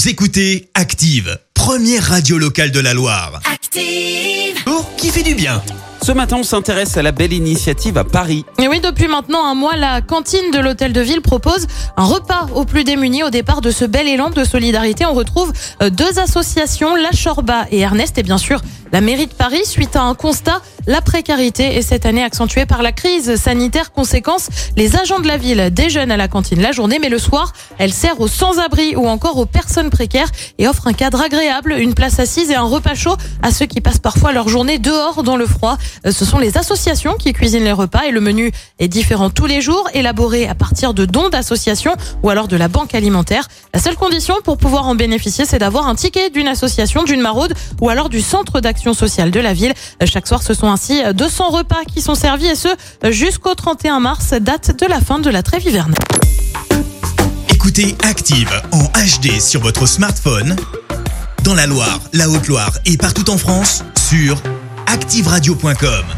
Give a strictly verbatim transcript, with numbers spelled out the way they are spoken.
Vous écoutez Active, première radio locale de la Loire. Active Pour qui fait du bien. Ce matin, on s'intéresse à la belle initiative à Paris. Et oui, depuis maintenant un mois, la cantine de l'hôtel de ville propose un repas aux plus démunis. Au départ de ce bel élan de solidarité, on retrouve deux associations, La Chorba et Ernest, et bien sûr la mairie de Paris, suite à un constat, la précarité est cette année accentuée par la crise sanitaire. Conséquence, les agents de la ville déjeunent à la cantine la journée, mais le soir, elle sert aux sans-abri ou encore aux personnes précaires et offre un cadre agréable, une place assise et un repas chaud à ceux qui passent parfois leur journée dehors dans le froid. Ce sont les associations qui cuisinent les repas et le menu est différent tous les jours, élaboré à partir de dons d'associations ou alors de la banque alimentaire. La seule condition pour pouvoir en bénéficier, c'est d'avoir un ticket d'une association, d'une maraude ou alors du centre d'action sociale de la ville. Chaque soir, ce sont ainsi deux cents repas qui sont servis et ce jusqu'au trente et un mars, date de la fin de la trêve hivernale. Écoutez Active en H D sur votre smartphone, dans la Loire, la Haute-Loire et partout en France, sur active radio point com.